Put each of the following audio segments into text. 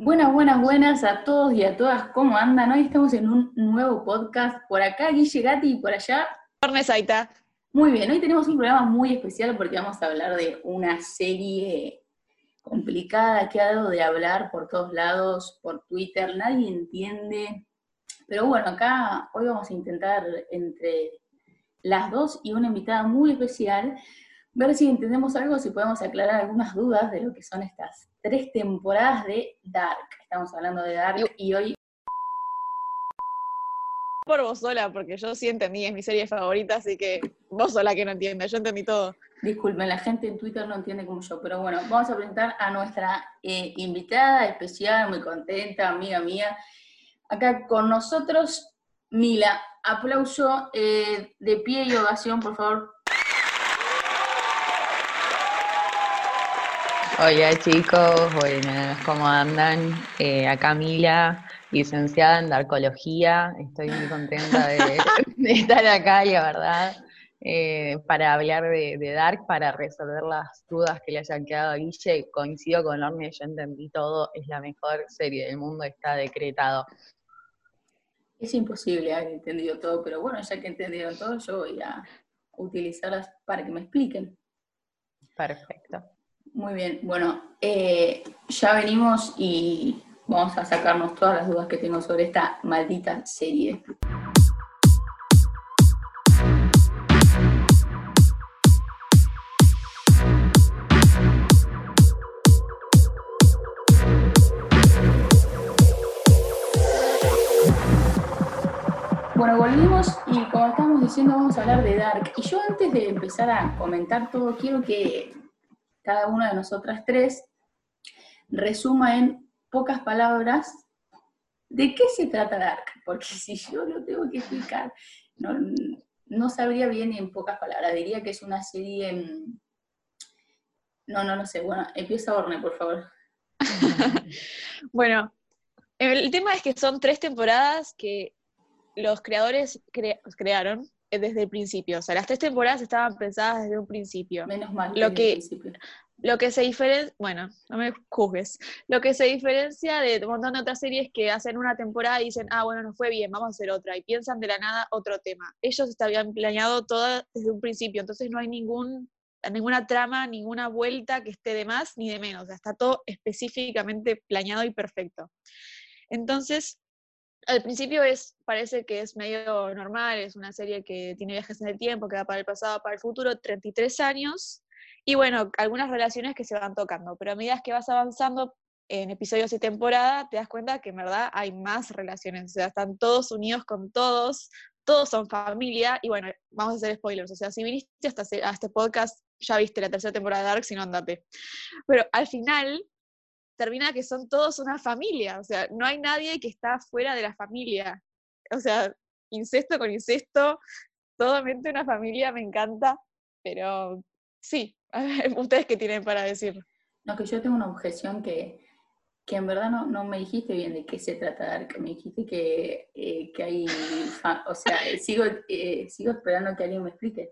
Buenas, buenas, buenas a todos y a todas, ¿cómo andan? Hoy estamos en un nuevo podcast, por acá Guille Gatti y por allá. Saita. Muy bien, hoy tenemos un programa muy especial porque vamos a hablar de una serie complicada que ha dado de hablar por todos lados, por Twitter, nadie entiende. Pero bueno, acá hoy vamos a intentar entre las dos y una invitada muy especial ver si entendemos algo, si podemos aclarar algunas dudas de lo que son estas 3 temporadas de Dark. Estamos hablando de Dark y hoy... Por vos sola, porque yo sí entendí, es mi serie favorita, así que vos sola que no entiendes, yo entendí todo. Disculpen, la gente en Twitter no entiende como yo, pero bueno, vamos a presentar a nuestra invitada especial, muy contenta, amiga mía. Acá con nosotros, Mila. Aplauso de pie y ovación, por favor. Hola chicos, buenas, ¿cómo andan? Acá Mila, licenciada en Darkología, estoy muy contenta de estar acá, la verdad, para hablar de Dark, para resolver las dudas que le hayan quedado a Guille. Coincido con Orne, yo entendí todo, es la mejor serie del mundo, está decretado. Es imposible haber entendido todo, pero bueno, ya que entendieron todo, yo voy a utilizarlas para que me expliquen. Perfecto. Muy bien, bueno, ya venimos y vamos a sacarnos todas las dudas que tengo sobre esta maldita serie. Bueno, volvimos y como estábamos diciendo vamos a hablar de Dark. Y yo antes de empezar a comentar todo, quiero que cada una de nosotras tres resuma en pocas palabras de qué se trata Dark. Porque si yo lo tengo que explicar, no sabría bien ni en pocas palabras. Diría que es una serie... No sé. Bueno, empieza Orne, por favor. Bueno, el tema es que son 3 temporadas que los creadores crearon desde el principio. O sea, las 3 temporadas estaban pensadas desde un principio. Menos mal que Lo desde el que, principio. lo que se diferencia, bueno, no me juzgues, lo que se diferencia de un montón de otras series que hacen una temporada y dicen, bueno, nos fue bien, vamos a hacer otra, y piensan de la nada otro tema. Ellos habían planeado todo desde un principio, entonces no hay ninguna trama, ninguna vuelta que esté de más ni de menos, o sea, está todo específicamente planeado y perfecto. Entonces, al principio parece que es medio normal, es una serie que tiene viajes en el tiempo, que va para el pasado, para el futuro, 33 años, y bueno, algunas relaciones que se van tocando, pero a medida que vas avanzando en episodios y temporada, te das cuenta que en verdad hay más relaciones, o sea, están todos unidos con todos son familia, y bueno, vamos a hacer spoilers, o sea, si viniste a este podcast, ya viste la 3ª temporada de Dark, si no, andate. Pero al final termina que son todos una familia, o sea, no hay nadie que está fuera de la familia. O sea, incesto con incesto, totalmente una familia, me encanta, pero sí, ¿ustedes qué tienen para decir? No, que yo tengo una objeción que en verdad no me dijiste bien de qué se trata Dark, me dijiste que hay, o sea, sigo esperando que alguien me explique.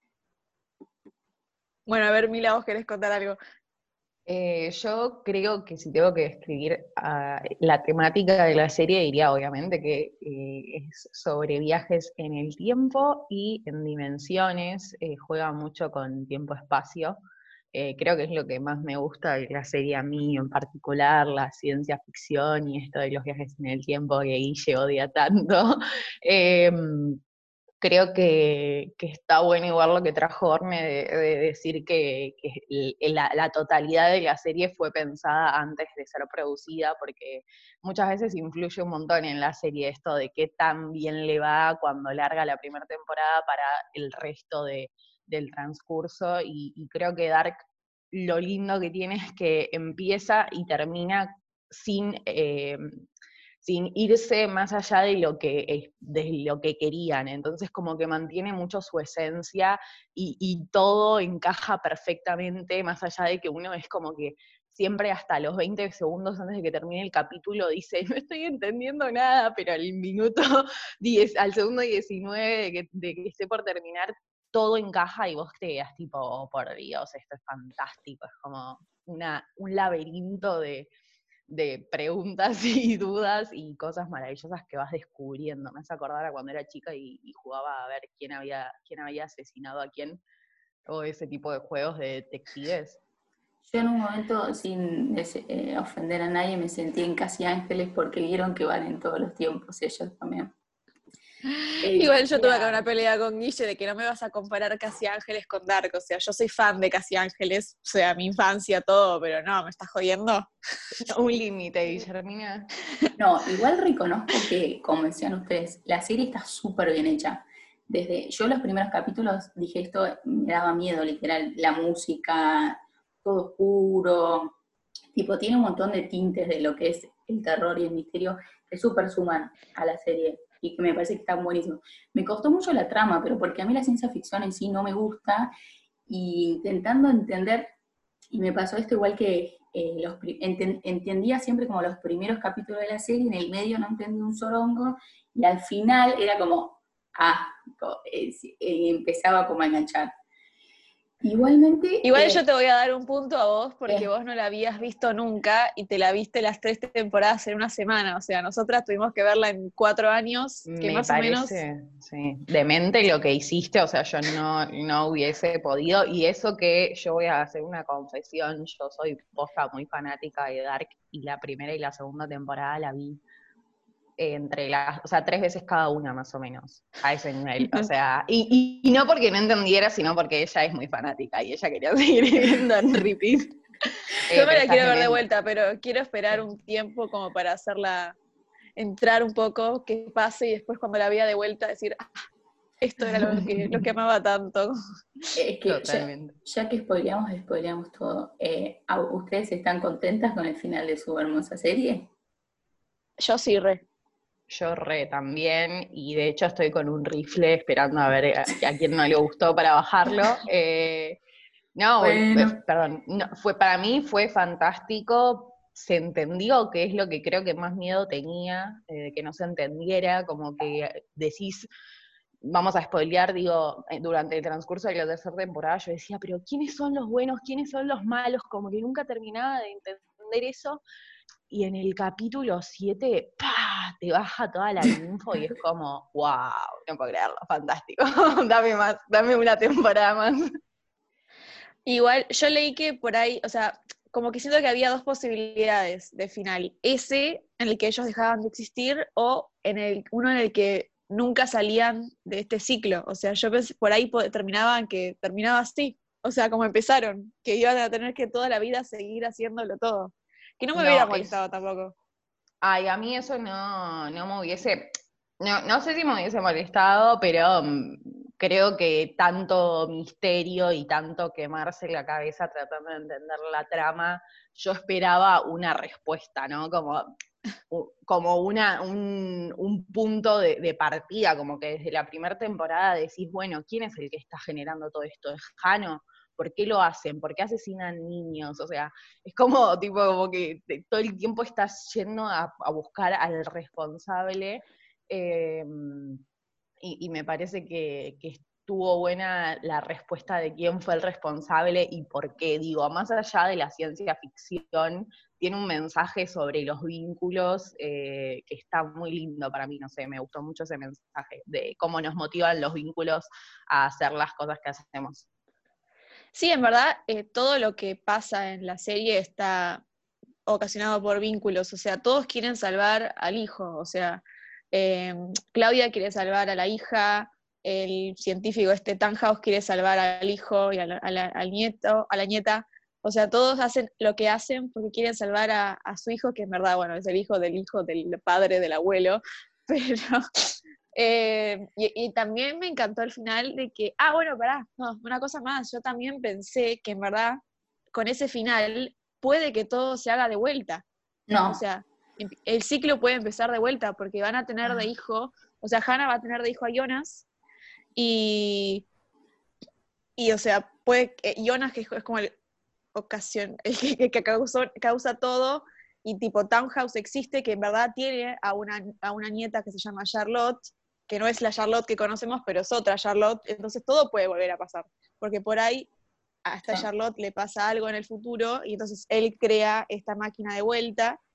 Bueno, a ver, Mila, vos querés contar algo. Yo creo que si tengo que describir la temática de la serie, diría obviamente que es sobre viajes en el tiempo y en dimensiones, juega mucho con tiempo-espacio. Creo que es lo que más me gusta de la serie a mí en particular, la ciencia ficción y esto de los viajes en el tiempo que Guille odia tanto. Creo que está bueno igual lo que trajo Orne de decir que la totalidad de la serie fue pensada antes de ser producida, porque muchas veces influye un montón en la serie esto de qué tan bien le va cuando larga la primera temporada para el resto del transcurso, y creo que Dark lo lindo que tiene es que empieza y termina sin... sin irse más allá de lo que querían. Entonces como que mantiene mucho su esencia y todo encaja perfectamente, más allá de que uno es como que siempre hasta los 20 segundos antes de que termine el capítulo dice, no estoy entendiendo nada, pero al minuto 10, al segundo 19 de que esté por terminar, todo encaja y vos te quedas tipo, oh, por Dios, esto es fantástico, es como un laberinto de preguntas y dudas y cosas maravillosas que vas descubriendo. Me hace acordar a cuando era chica y jugaba a ver quién había asesinado a quién, o ese tipo de juegos de detectives. Yo en un momento, sin ofender a nadie, me sentí en Casi Ángeles porque vieron que van en todos los tiempos ellos también. Igual yo tuve acá Claro. una pelea con Guille de que no me vas a comparar Casi Ángeles con Dark, o sea, yo soy fan de Casi Ángeles, o sea, mi infancia, todo, pero no, ¿me estás jodiendo? Un límite, Guillermina. No, igual reconozco que, como decían ustedes, la serie está súper bien hecha. Desde yo los primeros capítulos dije esto, me daba miedo, literal, la música, todo oscuro, tipo, tiene un montón de tintes de lo que es el terror y el misterio que súper suman a la serie y que me parece que están buenísimos. Me costó mucho la trama, pero porque a mí la ciencia ficción en sí no me gusta, y intentando entender, y me pasó esto igual que entendía siempre como los primeros capítulos de la serie, en el medio no entendí un sorongo, y al final era como, empezaba como a enganchar. Igualmente, Igual yo te voy a dar un punto a vos porque eh, vos no la habías visto nunca y te la viste las 3 temporadas en una semana, o sea, nosotras tuvimos que verla en 4 años, que Me más o menos... parece, sí, demente lo que hiciste, o sea, yo no hubiese podido, y eso que yo voy a hacer una confesión, yo soy posta muy fanática de Dark, y la primera y la segunda temporada la vi o sea, 3 veces cada una más o menos, a ese nivel, o sea, y no porque no entendiera, sino porque ella es muy fanática, y ella quería seguir viendo en repeat, Yo me pero la estás quiero ver de demente. vuelta, pero quiero esperar un tiempo como para hacerla entrar un poco, que pase y después cuando la vea de vuelta decir, ah, esto era lo que amaba tanto. es que Totalmente. ya que spoileamos todo. ¿Ustedes están contentas con el final de su hermosa serie? Yo sí, re. Yo también, y de hecho estoy con un rifle esperando a ver a quién no le gustó para bajarlo. Bueno, Perdón, no, para mí fue fantástico, se entendió, que es lo que creo que más miedo tenía, que no se entendiera, como que decís, vamos a spoilear, digo, durante el transcurso de la tercera temporada yo decía, pero ¿quiénes son los buenos? ¿Quiénes son los malos? Como que nunca terminaba de entender eso, y en el capítulo 7, ¡pah!, te baja toda la info y es como, wow, no puedo creerlo, fantástico. Dame más, dame una temporada más. Igual, yo leí que por ahí, o sea, como que siento que había dos posibilidades de final. Ese, en el que ellos dejaban de existir, o uno en el que nunca salían de este ciclo. O sea, yo pensé, por ahí terminaba así. O sea, como empezaron, que iban a tener que toda la vida seguir haciéndolo todo. Que no me hubiera No, molestado tampoco. ay, a mí eso no me hubiese, no sé si me hubiese molestado, pero creo que tanto misterio y tanto quemarse la cabeza tratando de entender la trama, yo esperaba una respuesta, ¿no? Como un punto de partida, como que desde la primera temporada decís, bueno, ¿quién es el que está generando todo esto? ¿Es Jano? ¿Por qué lo hacen? ¿Por qué asesinan niños? O sea, es como, tipo, como que todo el tiempo estás yendo a buscar al responsable, eh, y me parece que estuvo buena la respuesta de quién fue el responsable y por qué. Digo, más allá de la ciencia ficción, tiene un mensaje sobre los vínculos, que está muy lindo para mí, no sé, me gustó mucho ese mensaje de cómo nos motivan los vínculos a hacer las cosas que hacemos. Sí, en verdad, todo lo que pasa en la serie está ocasionado por vínculos, o sea, todos quieren salvar al hijo, o sea, Claudia quiere salvar a la hija, el científico Tannhaus quiere salvar al hijo y al nieto, a la nieta, o sea, todos hacen lo que hacen porque quieren salvar a su hijo, que en verdad, bueno, es el hijo del padre del abuelo, pero... y también me encantó el final de que, bueno, pará, no, una cosa más, yo también pensé que en verdad con ese final puede que todo se haga de vuelta. O no. sea, el ciclo puede empezar de vuelta porque van a tener de hijo, o sea, Hannah va a tener de hijo a Jonas y o sea, puede que Jonas, que es como el que causa todo, y tipo Townhouse existe, que en verdad tiene a una nieta que se llama Charlotte, que no es la Charlotte que conocemos, pero es otra Charlotte, entonces todo puede volver a pasar, porque por ahí a esta Sí. Charlotte le pasa algo en el futuro y entonces él crea esta máquina de vuelta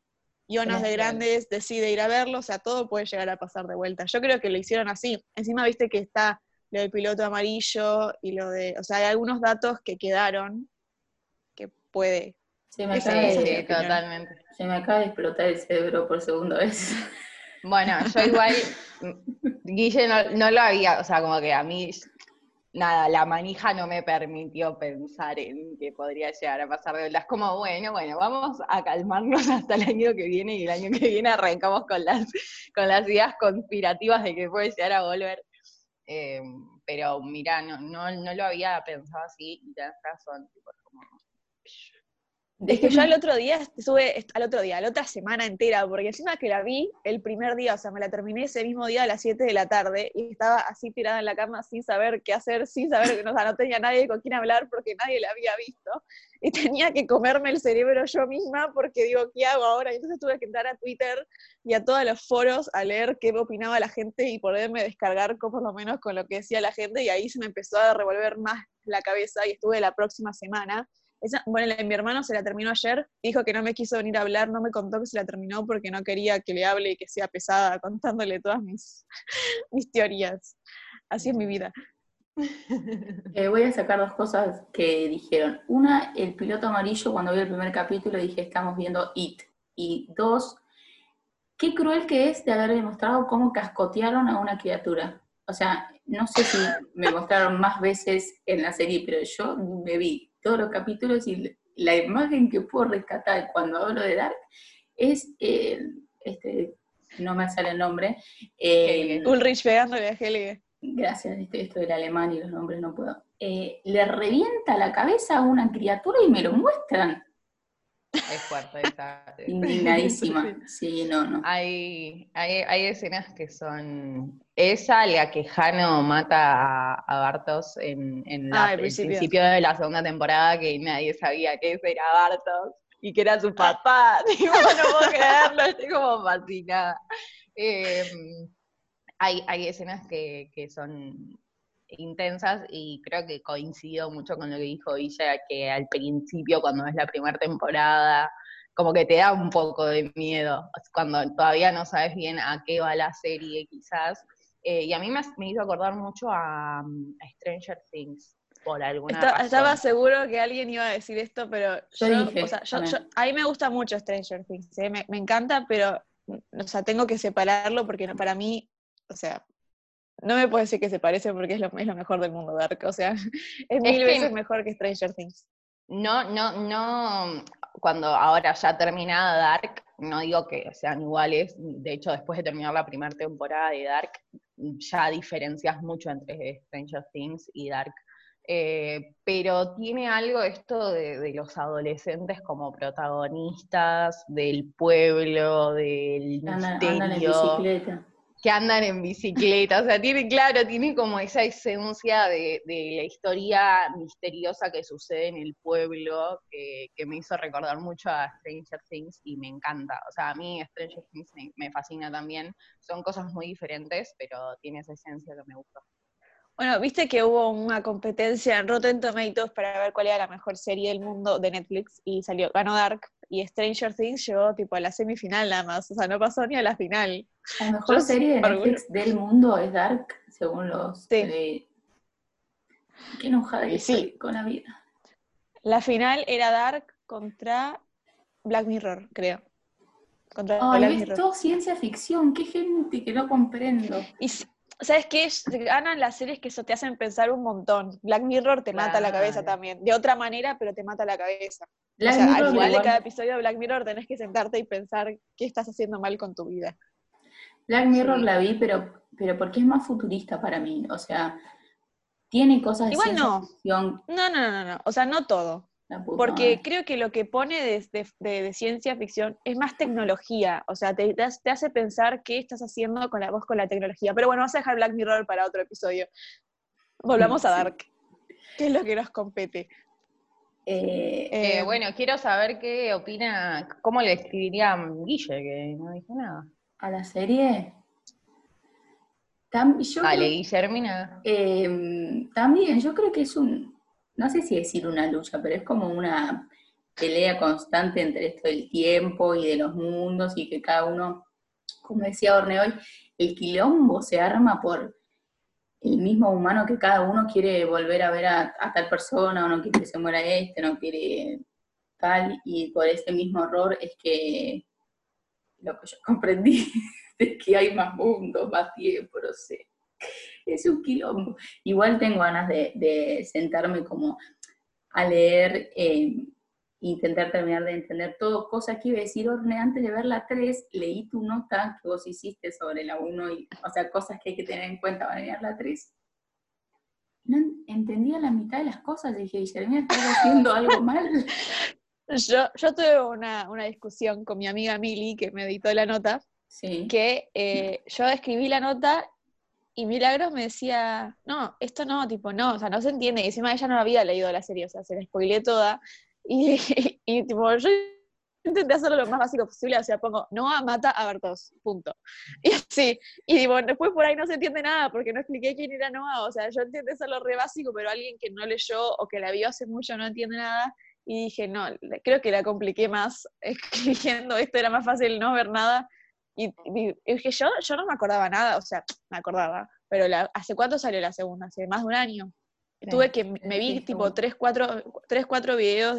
Jonas de grandes decide ir a verlo, o sea, todo puede llegar a pasar de vuelta. Yo creo que lo hicieron así. Encima viste que está lo del piloto amarillo y lo de, o sea, hay algunos datos que quedaron que puede. Se me Esa acaba es mi Sí, opinión. totalmente. Se me acaba de explotar el cerebro por segunda vez. Bueno, yo igual, Guille no lo había, o sea, como que a mí, nada, la manija no me permitió pensar en que podría llegar a pasar de vuelta. Es como, bueno, vamos a calmarnos hasta el año que viene, y el año que viene arrancamos con las ideas conspirativas de que puede llegar a volver. Pero mira, no lo había pensado así, y tenés razón, tipo, es como... Es que yo al otro día la otra semana entera, porque encima que la vi el primer día, o sea, me la terminé ese mismo día a las 7 de la tarde, y estaba así tirada en la cama sin saber qué hacer, sin saber que no tenía nadie con quien hablar porque nadie la había visto, y tenía que comerme el cerebro yo misma porque digo, ¿qué hago ahora? Y entonces tuve que entrar a Twitter y a todos los foros a leer qué opinaba la gente y poderme descargar por lo menos con lo que decía la gente, y ahí se me empezó a revolver más la cabeza, y estuve la próxima semana. Bueno, mi hermano se la terminó ayer, dijo que no me quiso venir a hablar, no me contó que se la terminó porque no quería que le hable y que sea pesada contándole todas mis teorías. Así es mi vida. Voy a sacar dos cosas que dijeron. Una, el piloto amarillo, cuando vi el primer capítulo dije, estamos viendo It. Y dos, qué cruel que es de haber demostrado cómo cascotearon a una criatura. O sea, no sé si me mostraron más veces en la serie, pero yo me vi todos los capítulos y la imagen que puedo rescatar cuando hablo de Dark es, no me sale el nombre. Ulrich pegándole a Helge. Gracias, esto del alemán y los nombres no puedo. Le revienta la cabeza a una criatura y me lo muestran. Es fuerte esa. Indignadísima. Sí, no. Hay escenas que son... Esa, la que Jano mata a Bartos en el principio de la segunda temporada, que nadie sabía que ese era Bartos y que era su papá. Digo, no puedo creerlo, estoy como fascinada. Hay escenas que son intensas, y creo que coincido mucho con lo que dijo Villa, que al principio, cuando ves la primera temporada, como que te da un poco de miedo, cuando todavía no sabes bien a qué va la serie, quizás. Y a mí me hizo acordar mucho a Stranger Things, por alguna razón. Estaba seguro que alguien iba a decir esto, pero a mí me gusta mucho Stranger Things, me encanta, pero o sea, tengo que separarlo porque para mí, o sea, no me puedo decir que se parece porque es lo mejor del mundo Dark, o sea, es mil veces mejor que Stranger Things. No, cuando ahora ya terminada Dark, no digo que sean iguales, de hecho después de terminar la primera temporada de Dark, ya diferencias mucho entre Stranger Things y Dark. Pero tiene algo esto de los adolescentes como protagonistas, del pueblo, del misterio. Andan en bicicleta. Que andan en bicicleta, o sea, tiene como esa esencia de la historia misteriosa que sucede en el pueblo, que me hizo recordar mucho a Stranger Things, y me encanta. O sea, a mí Stranger Things me fascina también. Son cosas muy diferentes, pero tiene esa esencia que me gusta. Bueno, viste que hubo una competencia en Rotten Tomatoes para ver cuál era la mejor serie del mundo de Netflix, y ganó Dark, y Stranger Things llegó tipo a la semifinal nada más, o sea, no pasó ni a la final. La mejor serie de Netflix del mundo es Dark, según los... Sí. Qué enojada que estoy con la vida. La final era Dark contra Black Mirror, creo. Es todo ciencia ficción, qué gente que no comprendo. Y ¿sabes qué? Ganan las series que eso te hacen pensar un montón. Black Mirror te mata la cabeza también. De otra manera, pero te mata la cabeza. Al final de cada episodio de Black Mirror tenés que sentarte y pensar qué estás haciendo mal con tu vida. Black Mirror la vi, pero porque es más futurista para mí. O sea, tiene cosas de ciencia ficción. No. O sea, no todo. Porque creo que lo que pone de ciencia ficción es más tecnología, o sea, te hace pensar qué estás haciendo con la tecnología. Pero bueno, vamos a dejar Black Mirror para otro episodio. Volvamos a Dark, que es lo que nos compete. Bueno, quiero saber qué opina, cómo le escribiría Guille, que no dijo nada. ¿A la serie? Guillermina. También, yo creo que es no sé si decir una lucha, pero es como una pelea constante entre esto del tiempo y de los mundos, y que cada uno, como decía Orne hoy, el quilombo se arma por el mismo humano, que cada uno quiere volver a ver a tal persona, o no quiere que se muera no quiere tal, y por ese mismo error es que lo que yo comprendí es que hay más mundos, más tiempo, no sé. Es un quilombo. Igual tengo ganas de sentarme como a leer, intentar terminar de entender todo, cosa que iba a decir, Orne, antes de ver la 3, leí tu nota que vos hiciste sobre la 1, o sea, cosas que hay que tener en cuenta para ver la 3. No entendía la mitad de las cosas, dije, Guillermina, ¿estás haciendo algo mal? Yo tuve una discusión con mi amiga Mili, que me editó la nota, Sí. que yo escribí la nota y Milagros me decía, no, esto no, tipo, no, o sea, no se entiende. Y encima ella no había leído la serie, o sea, se la spoileé toda. Y, y tipo, yo intenté hacerlo lo más básico posible, o sea, pongo, Noah mata a Bartos, punto. Y así, y digo, después por ahí no se entiende nada, porque no expliqué quién era Noah, o sea, yo intenté hacerlo re básico, pero alguien que no leyó o que la vio hace mucho no entiende nada, y dije, no, creo que la compliqué más escribiendo esto, era más fácil no ver nada, y dije, yo no me acordaba nada, o sea, me acordaba, pero ¿hace cuánto salió la segunda? Hace más de un año. Tuve que, me vi tipo 3, 4 videos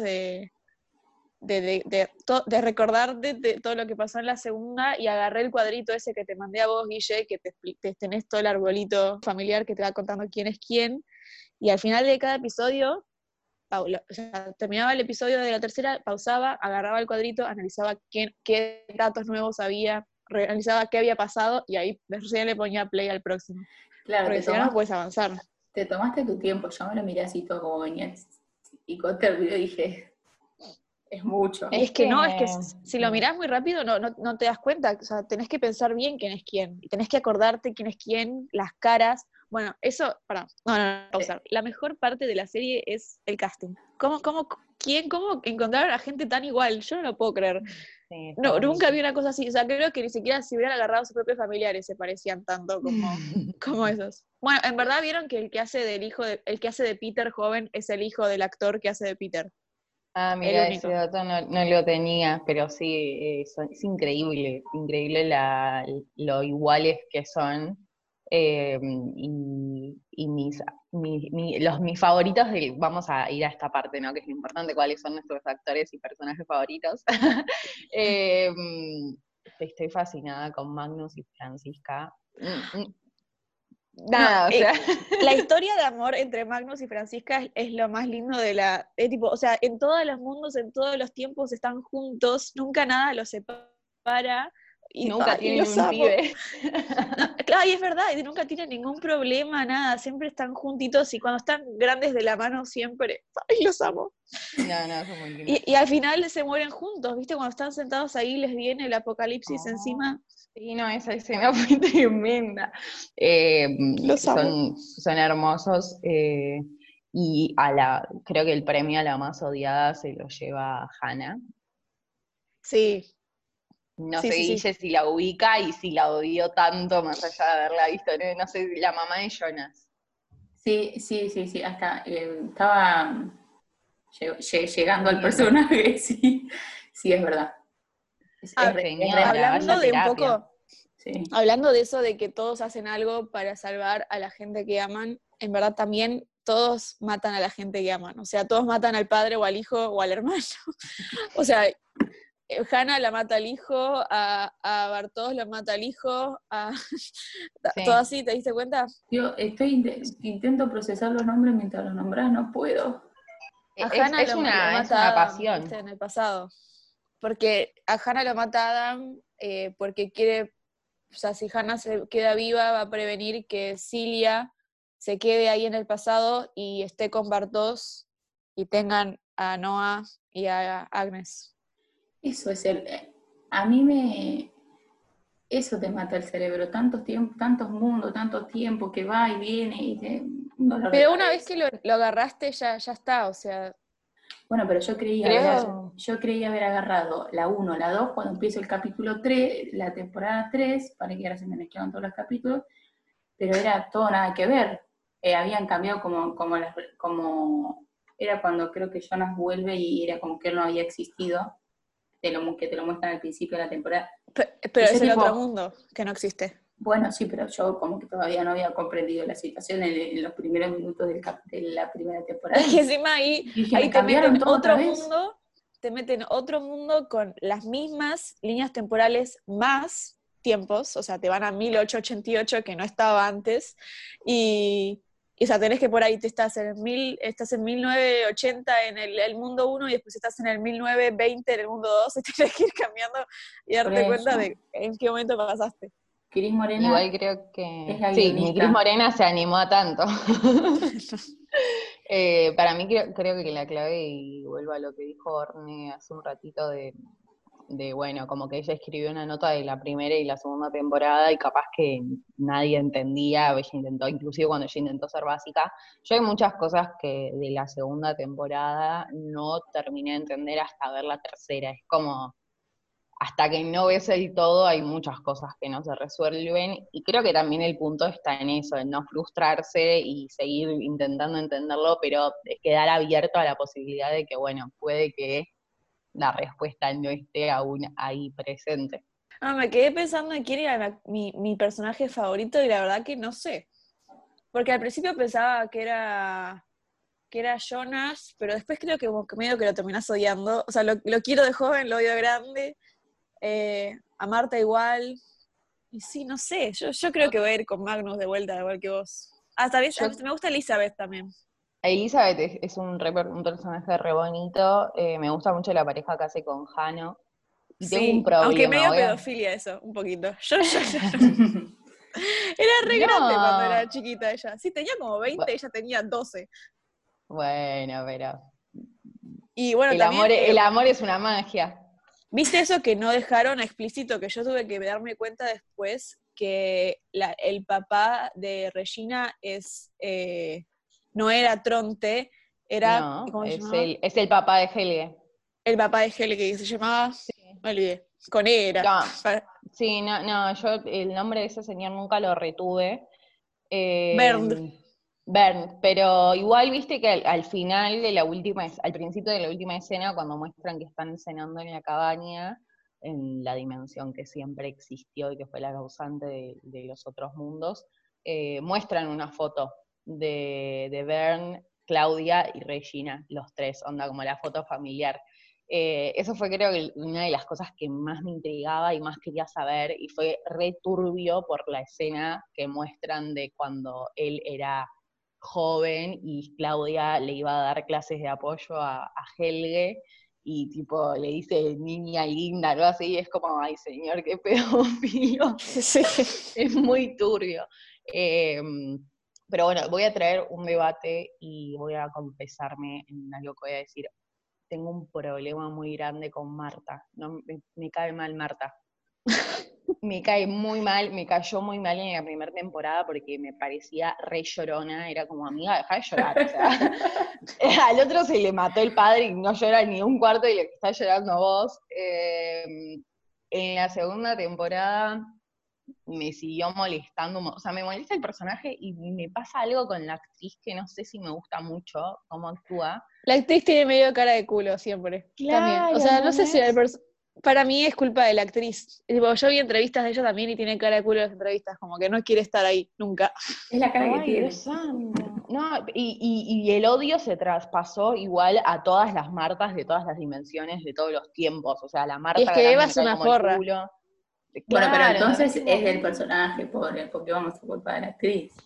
de recordar de todo lo que pasó en la segunda, y agarré el cuadrito ese que te mandé a vos, Guille, que tenés todo el arbolito familiar que te va contando quién es quién, y al final de cada episodio, o sea, terminaba el episodio de la tercera, pausaba, agarraba el cuadrito, analizaba qué datos nuevos había, analizaba qué había pasado, y ahí recién le ponía play al próximo. Claro, Porque si no, no puedes avanzar. te tomaste tu tiempo, yo me lo miré así todo como venía, y cuando terminó dije, es mucho. Es que no, es que si lo mirás muy rápido no te das cuenta, o sea, tenés que pensar bien quién es quién, y tenés que acordarte quién es quién, las caras. Bueno, eso, no, pausar. La mejor parte de la serie es el casting. ¿Cómo encontraron a gente tan igual? Yo no lo puedo creer. Sí, No, nunca vi una cosa así, o sea, creo que ni siquiera si hubieran agarrado a sus propios familiares se parecían tanto como esos. Bueno, en verdad vieron que el que hace el que hace de Peter joven es el hijo del actor que hace de Peter. Ah, El mira, único. ese dato no lo tenía, pero sí, es increíble lo iguales que son. Y mis favoritos, vamos a ir a esta parte, ¿no? Que es lo importante, cuáles son nuestros actores y personajes favoritos. Eh, Estoy fascinada con Magnus y Francisca. No, Nada, o sea. la historia de amor entre Magnus y Francisca es lo más lindo tipo, o sea, en todos los mundos, en todos los tiempos están juntos, nunca nada los separa, Nunca y tienen los un amo. pibe. Claro, y es verdad, y nunca tienen ningún problema, nada, siempre están juntitos, y cuando están grandes de la mano siempre, ay, los amo. No, son muy lindos. Y al final se mueren juntos, ¿viste? Cuando están sentados ahí les viene el apocalipsis encima. Sí, no, esa escena fue tremenda. Los amo. Son hermosos, y creo que el premio a la más odiada se lo lleva Hannah. Sí. No Sí, sé, sí, sí. Guille, si la ubica y si la odió tanto, más allá de haberla visto, no sé, la mamá de Jonas. Sí, hasta estaba llegando al personaje, sí, es verdad. Señora, Hablando vaya de un terapia. poco, Sí. hablando de eso de que todos hacen algo para salvar a la gente que aman, en verdad también todos matan a la gente que aman. O sea, todos matan al padre o al hijo o al hermano. O sea, Hannah la mata al hijo, a Bartos lo mata al hijo, todo así, ¿te diste cuenta? Yo intento procesar los nombres mientras los nombras, no puedo. A Hannah Es lo una mata Adam, pasión. ¿viste? En el pasado. Porque a Hannah lo mata Adam porque quiere, o sea, si Hannah se queda viva, va a prevenir que Cilia se quede ahí en el pasado y esté con Bartos y tengan a Noah y a Agnes. Eso es eso te mata el cerebro, tantos mundos, tanto tiempo que va y viene, un dolor de Pero una vez cabeza. que lo agarraste, ya está, o sea. Bueno, pero yo creía haber agarrado la 1, la 2, cuando empiezo el capítulo 3, la temporada 3, para que ahora se me mezclaban todos los capítulos, pero era todo nada que ver. Habían cambiado como era cuando creo que Jonas vuelve y era como que él no había existido, que te lo muestran al principio de la temporada. Pero Y yo es el tipo, otro mundo que no existe. bueno, sí, pero yo como que todavía no había comprendido la situación en los primeros minutos de la primera temporada. Es que encima ahí, Y dije, ahí ¿me cambiaron todo otra vez? te meten otro mundo con las mismas líneas temporales más tiempos, o sea, te van a 1888 que no estaba antes, y o sea, tenés que por ahí estás en 1980 en el mundo 1 y después estás en el 1920 en el mundo 2 y tenés que ir cambiando y Por darte cuenta eso, de en qué momento pasaste. Cris Morena Igual creo es que, la sí, ni Cris guionista. Morena se animó a tanto. Para mí creo que la clave, y vuelvo a lo que dijo Orne hace un ratito bueno, como que ella escribió una nota de la primera y la segunda temporada y capaz que nadie entendía, ella intentó, inclusive cuando ella intentó ser básica, yo hay muchas cosas que de la segunda temporada no terminé de entender hasta ver la tercera, es como, hasta que no ves el todo hay muchas cosas que no se resuelven y creo que también el punto está en eso, en no frustrarse y seguir intentando entenderlo, pero quedar abierto a la posibilidad de que, bueno, puede que la respuesta no esté aún ahí presente. Ah, me quedé pensando en quién era mi personaje favorito y la verdad que no sé. Porque al principio pensaba que era Jonas, pero después creo que como que medio que lo terminás odiando. O sea, lo quiero de joven, lo odio de grande. A Marta igual. Y sí, no sé, yo creo que voy a ir con Magnus de vuelta, igual que vos. Ah, tal vez, Yo, me gusta Elizabeth también. Elizabeth es un personaje re bonito, me gusta mucho la pareja que hace con Jano, y tengo un Sí, aunque problema, medio pedofilia eso, un poquito. Era re grande cuando No, era chiquita ella. Sí, tenía como 20, ella tenía 12. bueno, pero Y bueno, también, el amor es una magia. ¿viste eso que no dejaron explícito? Que yo tuve que darme cuenta después que el papá de Regina no era Tronte, era, No, ¿cómo se llamaba? es el papá de Helge. El papá de Helge, que se llamaba, Sí. me olvidé, con E era. No, sí, no, yo el nombre de ese señor nunca lo retuve. Bernd. Bernd, pero igual viste que al final de la última, al principio de la última escena, cuando muestran que están cenando en la cabaña, en la dimensión que siempre existió y que fue la causante de los otros mundos, muestran una foto de Bernd, Claudia y Regina, los tres, onda como la foto familiar. Eso fue creo que una de las cosas que más me intrigaba y más quería saber, y fue re turbio por la escena que muestran de cuando él era joven y Claudia le iba a dar clases de apoyo a Helge, y tipo le dice niña linda, algo así, y es como, ay señor, qué pedófilo, Sí. es muy turbio. Eh, pero bueno, voy a traer un debate y voy a confesarme en algo que voy a decir. Tengo un problema muy grande con Marta. No, me cae mal Marta. Me cae muy mal, me cayó muy mal en la primera temporada porque me parecía re llorona, era como, amiga, deja de llorar, o sea, al otro se le mató el padre y no llora ni un cuarto de lo que está llorando vos. En la segunda temporada me siguió molestando, o sea, me molesta el personaje y me pasa algo con la actriz que no sé si me gusta mucho cómo actúa. La actriz tiene medio cara de culo siempre. También. O Claro, sea, no sé si ¿entendés? para mí es culpa de la actriz. Tipo, yo vi entrevistas de ella también y tiene cara de culo en las entrevistas, como que no quiere estar ahí nunca. Es la cara que Ay, Dios tiene. santo. No, y el odio se traspasó igual a todas las Martas de todas las dimensiones, de todos los tiempos. O sea, la Y es Marta que grande Eva me es cae una como el forra. culo. Bueno, pero Claro, ¿entendés? entonces es Tipo, del personaje, pobre, porque vamos a culpar a la actriz.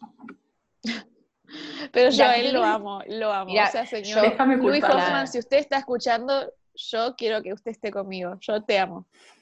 Pero y la yo a él actriz, lo amo. O mira, sea, señor yo, Déjame Louis culparla. Hoffman, claro, si usted está escuchando, yo quiero que usted esté conmigo. Yo te amo.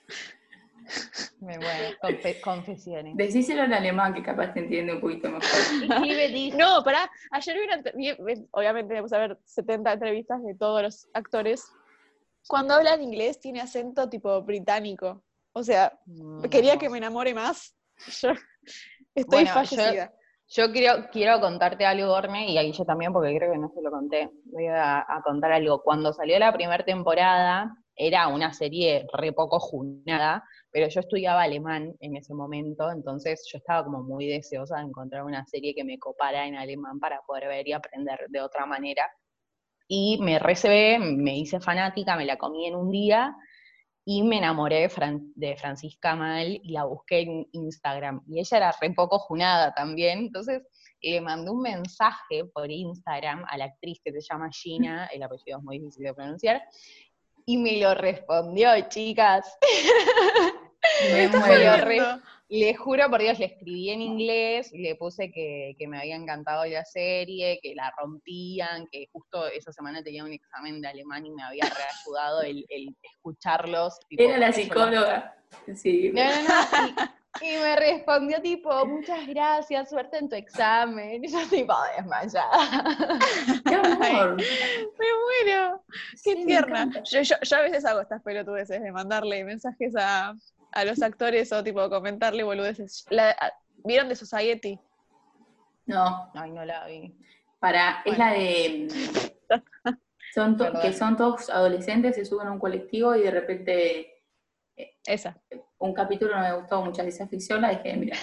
me muero, confesiones. Decíselo en alemán que capaz te entiende un poquito mejor. Ich liebe dich. No, pará, ayer obviamente me puse a ver 70 entrevistas de todos los actores. Cuando hablan inglés tiene acento tipo británico. O sea, quería que me Hermoso. enamore más. Yo estoy Bueno, fallecida. yo quiero contarte algo, Orne, y ahí yo también, porque creo que no se lo conté. Voy a contar algo. Cuando salió la primera temporada, era una serie re poco junada, pero yo estudiaba alemán en ese momento, entonces yo estaba como muy deseosa de encontrar una serie que me copara en alemán para poder ver y aprender de otra manera. y me recebé, me hice fanática, me la comí en un día, y me enamoré de Francisca Mal y la busqué en Instagram. Y ella era re poco junada también, entonces le mandé un mensaje por Instagram a la actriz que se llama Gina, el apellido es muy difícil de pronunciar, y me lo respondió, chicas. Me Está Me lo jodiendo. le juro por Dios, le escribí en inglés, le puse que me había encantado la serie, que la rompían, que justo esa semana tenía un examen de alemán y me había reayudado el escucharlos, tipo, Era la porque yo las... psicóloga. Sí, No, no, no, y me respondió tipo, muchas gracias, suerte en tu examen, y yo tipo desmayada. ¡qué Ay, amor! me muero. Qué Sí, me tierna. encanta. Yo a veces hago estas pelotudeces de mandarle mensajes a los actores o tipo comentarle boludeces. ¿Vieron de Society? No, Ay, no la vi, es Bueno, la de que perdón. son todos adolescentes, se suben a un colectivo y de repente esa. un capítulo no me gustó mucho de esa ficción, la dejé de mirar.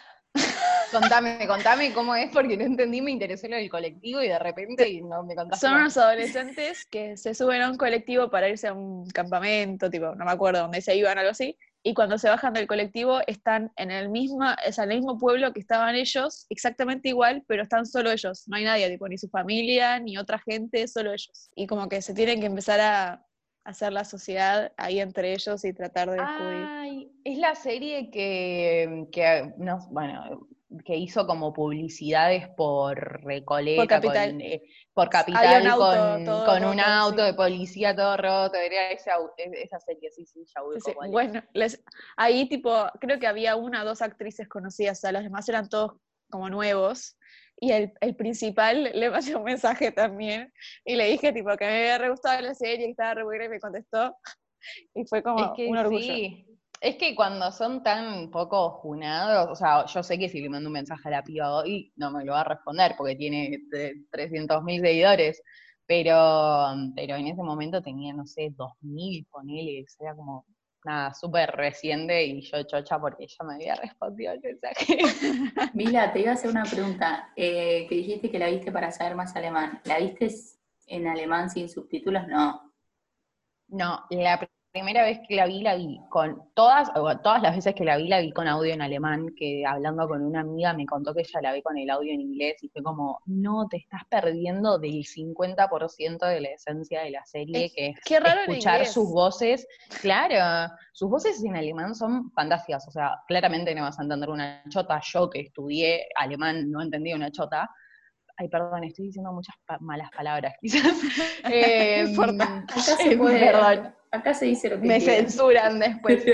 Contame cómo es, porque no entendí, me interesó lo del colectivo y de repente y no me contaste Son más. unos adolescentes que se suben a un colectivo para irse a un campamento, tipo, no me acuerdo dónde se iban, algo así, y cuando se bajan del colectivo están en en el mismo pueblo que estaban ellos, exactamente igual, pero están solo ellos, no hay nadie, tipo, ni su familia, ni otra gente, solo ellos. Y como que se tienen que empezar a hacer la sociedad ahí entre ellos y tratar de descubrir. Ay, es la serie no, bueno, que hizo como publicidades por Por Recoleta, Capital. por Había un Capital, auto todo con un roto, auto sí. de policía todo roto, era esa serie, sí, ya Sí, ubico sí. cuál es. Bueno, ahí tipo, creo que había una o dos actrices conocidas, o sea, los demás eran todos como nuevos. Y el principal le mandé un mensaje también y le dije tipo que me había re gustado la serie, que estaba re buena y me contestó. Y fue Es como que un orgullo. sí, es que cuando son tan poco junados, o sea, yo sé que si le mando un mensaje a la piba hoy, no me lo va a responder porque tiene 300.000 seguidores, pero en ese momento tenía, no sé, 2.000, ponele, era como, nada, súper reciente y yo chocha porque ella me había respondido el mensaje. Mila, te iba a hacer una pregunta, que dijiste que la viste para saber más alemán. ¿La viste en alemán sin subtítulos? No. No, la primera vez que la vi con todas las veces que la vi con audio en alemán, que hablando con una amiga me contó que ella la ve con el audio en inglés y fue como, no, te estás perdiendo del 50% de la esencia de la serie, que es Qué raro en escuchar sus inglés. voces. Claro, sus voces en alemán son fantásticas, o sea, claramente no vas a entender una chota, yo que estudié alemán no entendía una chota. Ay, perdón, estoy diciendo muchas malas palabras, quizás. No importa. Acá se puede, Perdón, acá se dice lo que me quieran. censuran después.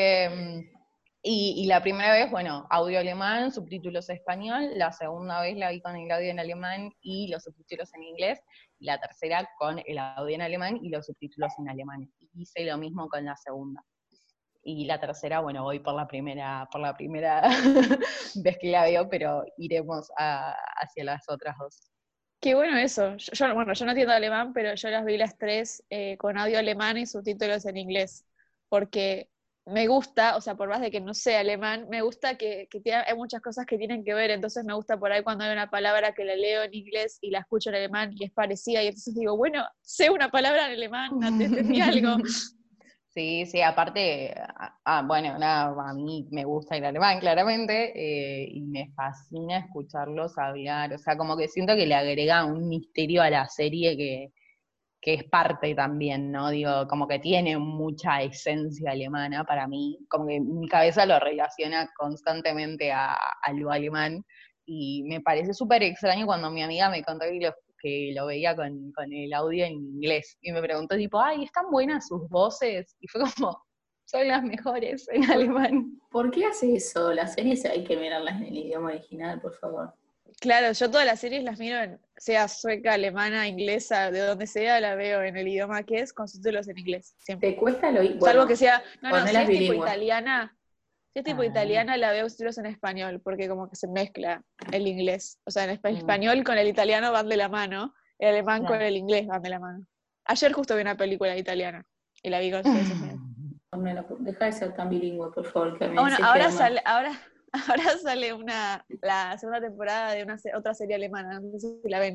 Y la primera vez, bueno, audio alemán, subtítulos español. La segunda vez la vi con el audio en alemán y los subtítulos en inglés. Y la tercera con el audio en alemán y los subtítulos en alemán. Y hice lo mismo con la segunda. Y la tercera, bueno, voy por la primera vez que la veo, pero iremos hacia las otras dos. Qué bueno eso. Bueno, yo no entiendo alemán, pero yo las vi las tres con audio alemán y subtítulos en inglés. Porque me gusta, o sea, por más de que no sé alemán, me gusta que hay muchas cosas que tienen que ver. Entonces me gusta por ahí cuando hay una palabra que la leo en inglés y la escucho en alemán y es parecida. Y entonces digo, bueno, sé una palabra en alemán, entendí algo. Sí, sí, aparte, bueno, nada, a mí me gusta el alemán, claramente, y me fascina escucharlos hablar, o sea, como que siento que le agrega un misterio a la serie que es parte también, ¿no? Digo, como que tiene mucha esencia alemana para mí, como que mi cabeza lo relaciona constantemente a lo alemán, y me parece súper extraño cuando mi amiga me contó que lo veía con el audio en inglés, y me preguntó tipo, ay, ¿están buenas sus voces? Y fue como, son las mejores en alemán. ¿Por qué hace eso? Las series hay que mirarlas en el idioma original, por favor. Claro, yo todas las series las miro sea sueca, alemana, inglesa, de donde sea, la veo en el idioma que es, con subtítulos en inglés, siempre. ¿Te cuesta lo Salvo que bueno, sea, no, si ponelas es tipo bilingües? italiana, si es tipo Ah, italiana, la veo subtítulos en español, porque como que se mezcla el inglés. O sea, en mm, español con el italiano van de la mano, el alemán con claro. el inglés van de la mano. Ayer justo vi una película italiana y la vi con subtítulos en español. Deja de ser tan bilingüe, por favor, que Ah, me bueno, decís quedar mal. ahora sale la segunda temporada de otra serie alemana, no sé si la ven,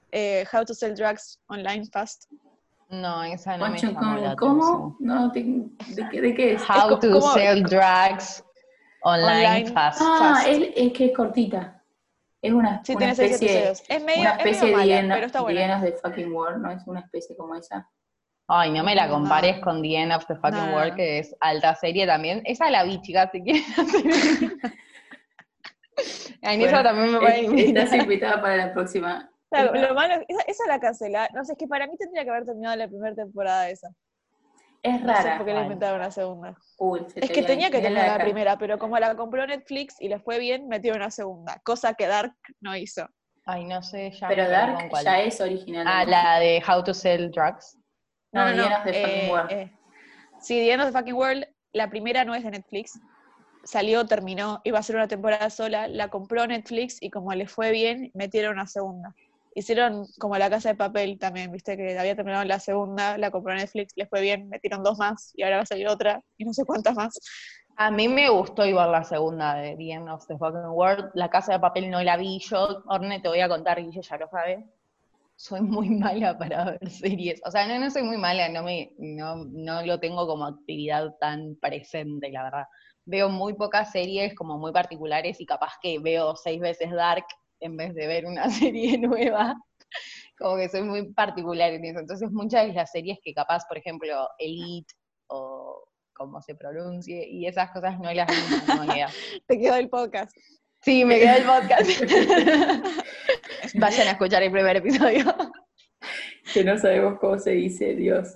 How to Sell Drugs Online Fast. No, esa no me Concho, llamó la ¿cómo? atención. No, ¿de qué es? How to como Sell Drugs Online online Fast. Ah, fast. es que es cortita. Es Sí, tiene 6 episodios. Es medio mala, pero está The buena. End of the Fucking World, ¿no? Es una especie como esa. Ay, no me la compares No. con The End of the Fucking No. World, que es alta serie también. Esa la vi, chicas, si quieren. En esa también me pueden Estás invitar. invitada para la próxima. Claro, lo malo, esa la cancela. No sé, es que para mí tendría que haber terminado la primera temporada esa. Es No sé rara. por qué le Bueno. inventaron la segunda. Uy, se Es te que viene- tenía que viene terminar la cara. primera, pero como la compró Netflix y le fue bien, metieron una segunda. Cosa que Dark no hizo. Ay, no sé, ya Pero me perdí Dark con cuál. ya es original. Ah, la de How to Sell Drugs. No, The End of the Fucking World. Sí, The End of the Fucking World, la primera no es de Netflix. Salió, terminó, iba a ser una temporada sola, la compró Netflix y como le fue bien, metieron una segunda. Hicieron como La Casa de Papel también, viste que había terminado la segunda, la compró Netflix, les fue bien, metieron 2 más y ahora va a salir otra y no sé cuántas más. A mí me gustó igual la segunda de The End of the Fucking World. La Casa de Papel no la vi yo. Orne, te voy a contar, Guille ya lo sabe. Soy muy mala para ver series. O sea, no soy muy mala, no lo tengo como actividad tan presente, la verdad. Veo muy pocas series como muy particulares y capaz que veo 6 veces Dark en vez de ver una serie nueva. Como que soy muy particular en eso. Entonces muchas de las series que capaz, por ejemplo, Elite o como se pronuncie, y esas cosas no las vi, no, ni idea. Te quedó el podcast. Sí, me quedó el podcast. Vayan a escuchar el primer episodio. Que no sabemos cómo se dice, Dios.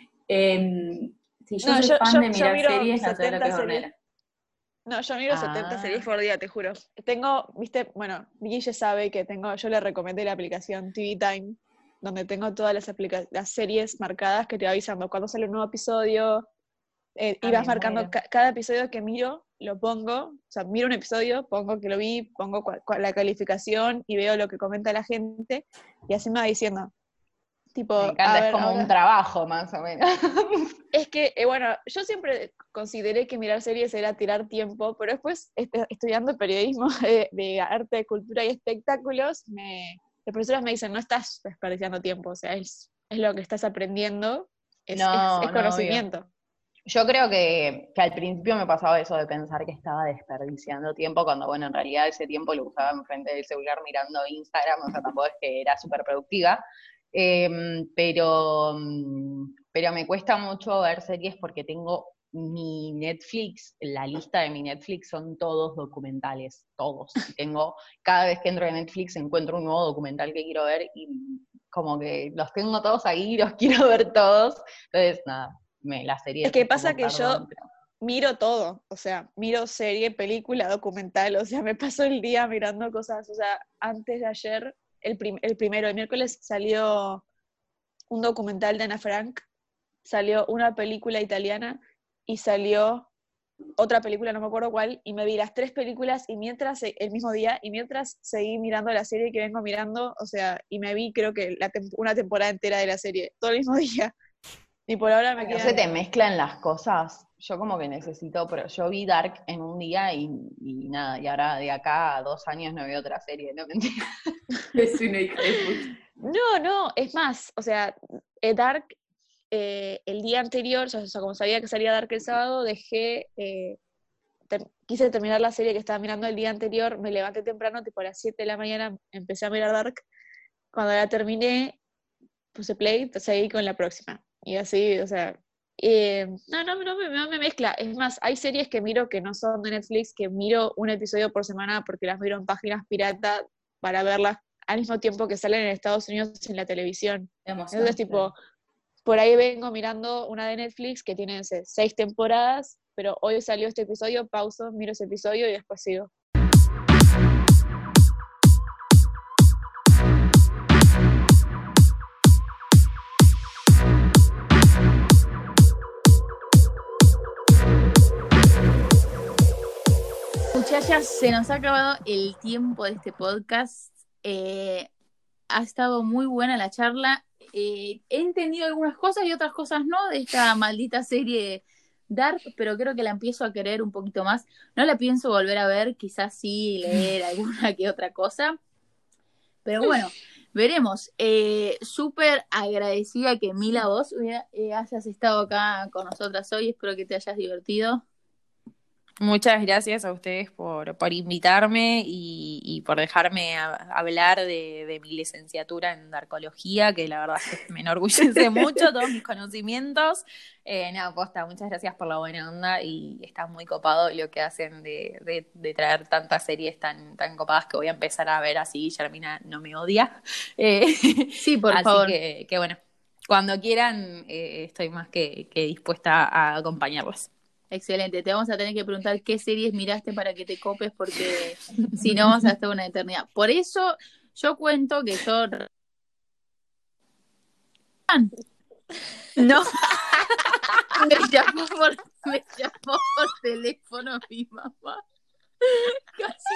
Si yo No, soy fan de yo mirar miro series, no sé lo 70 que es series. hornera. No, yo miro 70 series por día, te juro. Tengo, viste, bueno, Guille sabe que yo le recomendé la aplicación TV Time, donde tengo todas las series marcadas que te va avisando cuando sale un nuevo episodio, y vas me marcando muero. cada episodio que miro, lo pongo, o sea, miro un episodio, pongo que lo vi, pongo la calificación y veo lo que comenta la gente, y así me va diciendo. Tipo, Me encanta, a es ver, como ahora. un trabajo más o menos. Es que, bueno, yo siempre consideré que mirar series era tirar tiempo, pero después, estudiando periodismo de arte, cultura y espectáculos, las profesoras me dicen, no estás desperdiciando tiempo, o sea, es lo que estás aprendiendo, es No, conocimiento. obvio. Yo creo que al principio me pasaba eso de pensar que estaba desperdiciando tiempo, cuando, bueno, en realidad ese tiempo lo usaba enfrente del celular mirando Instagram, o sea, tampoco es que era súper productiva. Pero me cuesta mucho ver series porque tengo mi Netflix, la lista de mi Netflix son todos documentales, todos. Cada vez que entro en Netflix encuentro un nuevo documental que quiero ver y como que los tengo todos ahí, los quiero ver todos. Entonces, nada, la serie Es que un poco pasa que perdón, yo pero... miro todo, o sea, miro serie, película, documental, o sea, me paso el día mirando cosas, o sea, antes de ayer, el miércoles salió un documental de Ana Frank, salió una película italiana y salió otra película, no me acuerdo cuál, y me vi las 3 películas y el mismo día, y mientras seguí mirando la serie que vengo mirando, o sea, y me vi creo que una temporada entera de la serie, todo el mismo día. Y por ahora me ¿No se te quedan... mezclan las cosas? Yo como que necesito, pero yo vi Dark en un día y nada, y ahora de acá a 2 años no veo otra serie, no mentira. Es una hija de puta. No, es más, o sea, Dark, el día anterior, o sea, como sabía que salía Dark el sábado, quise terminar la serie que estaba mirando el día anterior, me levanté temprano, tipo a las 7 de la mañana, empecé a mirar Dark, cuando la terminé, puse play, seguí con la próxima, y así, o sea, no me mezcla, es más, hay series que miro que no son de Netflix, que miro un episodio por semana porque las miro en páginas pirata para verlas al mismo tiempo que salen en Estados Unidos en la televisión. Emoción, Entonces, tipo, por ahí vengo mirando una de Netflix que tiene, no sé, 6 temporadas, pero hoy salió este episodio, pauso, miro ese episodio y después sigo. Muchachas, se nos ha acabado el tiempo de este podcast. Ha estado muy buena la charla. He entendido algunas cosas y otras cosas no de esta maldita serie Dark, pero creo que la empiezo a querer un poquito más. No la pienso volver a ver, quizás sí leer alguna que otra cosa. Pero bueno, Veremos. Súper agradecida que Mila vos hayas estado acá con nosotras hoy. Espero que te hayas divertido. Muchas gracias a ustedes por invitarme y por dejarme hablar de mi licenciatura en narcología, que la verdad es que me enorgullece mucho todos mis conocimientos. Nada, posta, muchas gracias por la buena onda y está muy copado lo que hacen de traer tantas series tan copadas que voy a empezar a ver así. Guillermina no me odia. Sí, por favor. Así que bueno, cuando quieran estoy más que dispuesta a acompañarlos. Excelente, te vamos a tener que preguntar qué series miraste para que te copes, porque si no vamos a estar una eternidad. Por eso yo cuento que yo... No. me llamó por teléfono mi mamá. Casi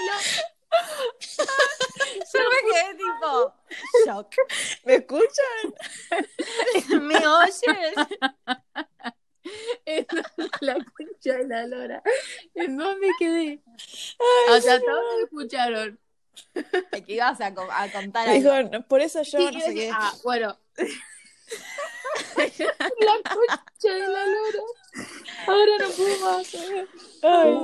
Yo me quedé tipo shock. ¿Me escuchan? ¿Me oyes? La concha de la lora. ¿En dónde quedé? O sea, todos me escucharon. Que ibas a contar Dijo, algo. "No, por eso yo Sí, no sé qué". Bueno. La concha de la lora. Ahora no puedo más. Ay.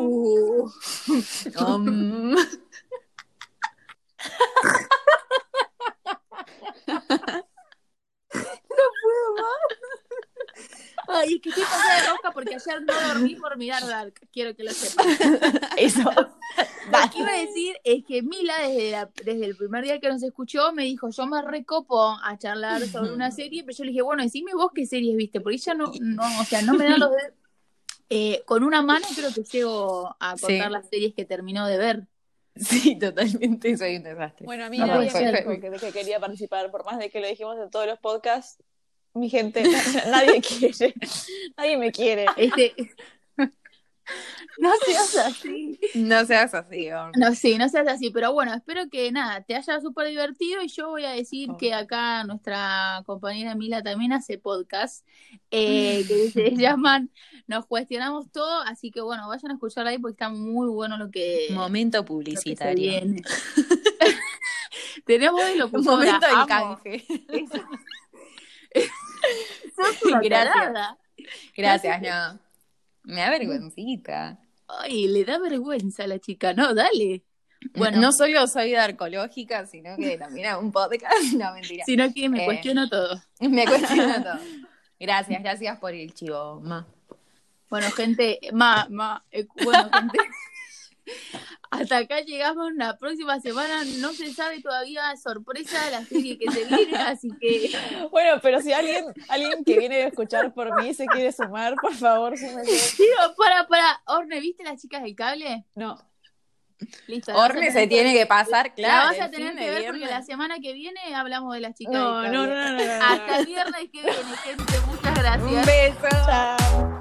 No puedo más. Ay, es que estoy pasada de rosca porque ayer no dormí por mirar Dark. Quiero que lo sepas. Eso. Lo que iba a decir es que Mila, desde el primer día que nos escuchó, me dijo, yo me recopo a charlar sobre una serie, pero yo le dije, bueno, decime vos qué series viste, porque ella no, o sea, no me da los dedos. Con una mano creo que llego a contar las series que terminó de ver. Sí, totalmente, soy un desastre. Bueno, a mí No nadie puede me ser. dijo que quería participar, por más de que lo dijimos en todos los podcasts. Mi gente, nadie quiere, nadie me quiere. No seas así. No seas así, hombre. No, sí, no seas así, pero bueno, espero que nada, te haya súper divertido y yo voy a decir que acá nuestra compañera Mila también hace podcast que se llaman Nos Cuestionamos Todo, así que bueno, vayan a escucharla ahí porque está muy bueno lo que... Momento lo que se publicitario. viene. Tenemos de lo que Momento del canje. Gracias, no. Me da vergüencita. Ay, le da vergüenza a la chica, no, dale. Bueno, No solo soy narcológica, sino que también hago un podcast. No, mentira. sino que me cuestiono todo. Me cuestiono todo. Gracias por el chivo, ma. Bueno, gente, bueno, gente, hasta acá llegamos. La próxima semana no se sabe todavía, sorpresa, la serie que se viene, así que... Bueno, pero si alguien que viene a escuchar por mí se quiere sumar, por favor, súmese. Digo, para, Orne, ¿viste las chicas del cable? No. Listo. Orne se tiene que pasar, claro. La vas a tener que ver porque la semana que viene hablamos de las chicas del No. cable. Hasta el viernes que viene, gente, muchas gracias. Un beso. Chao.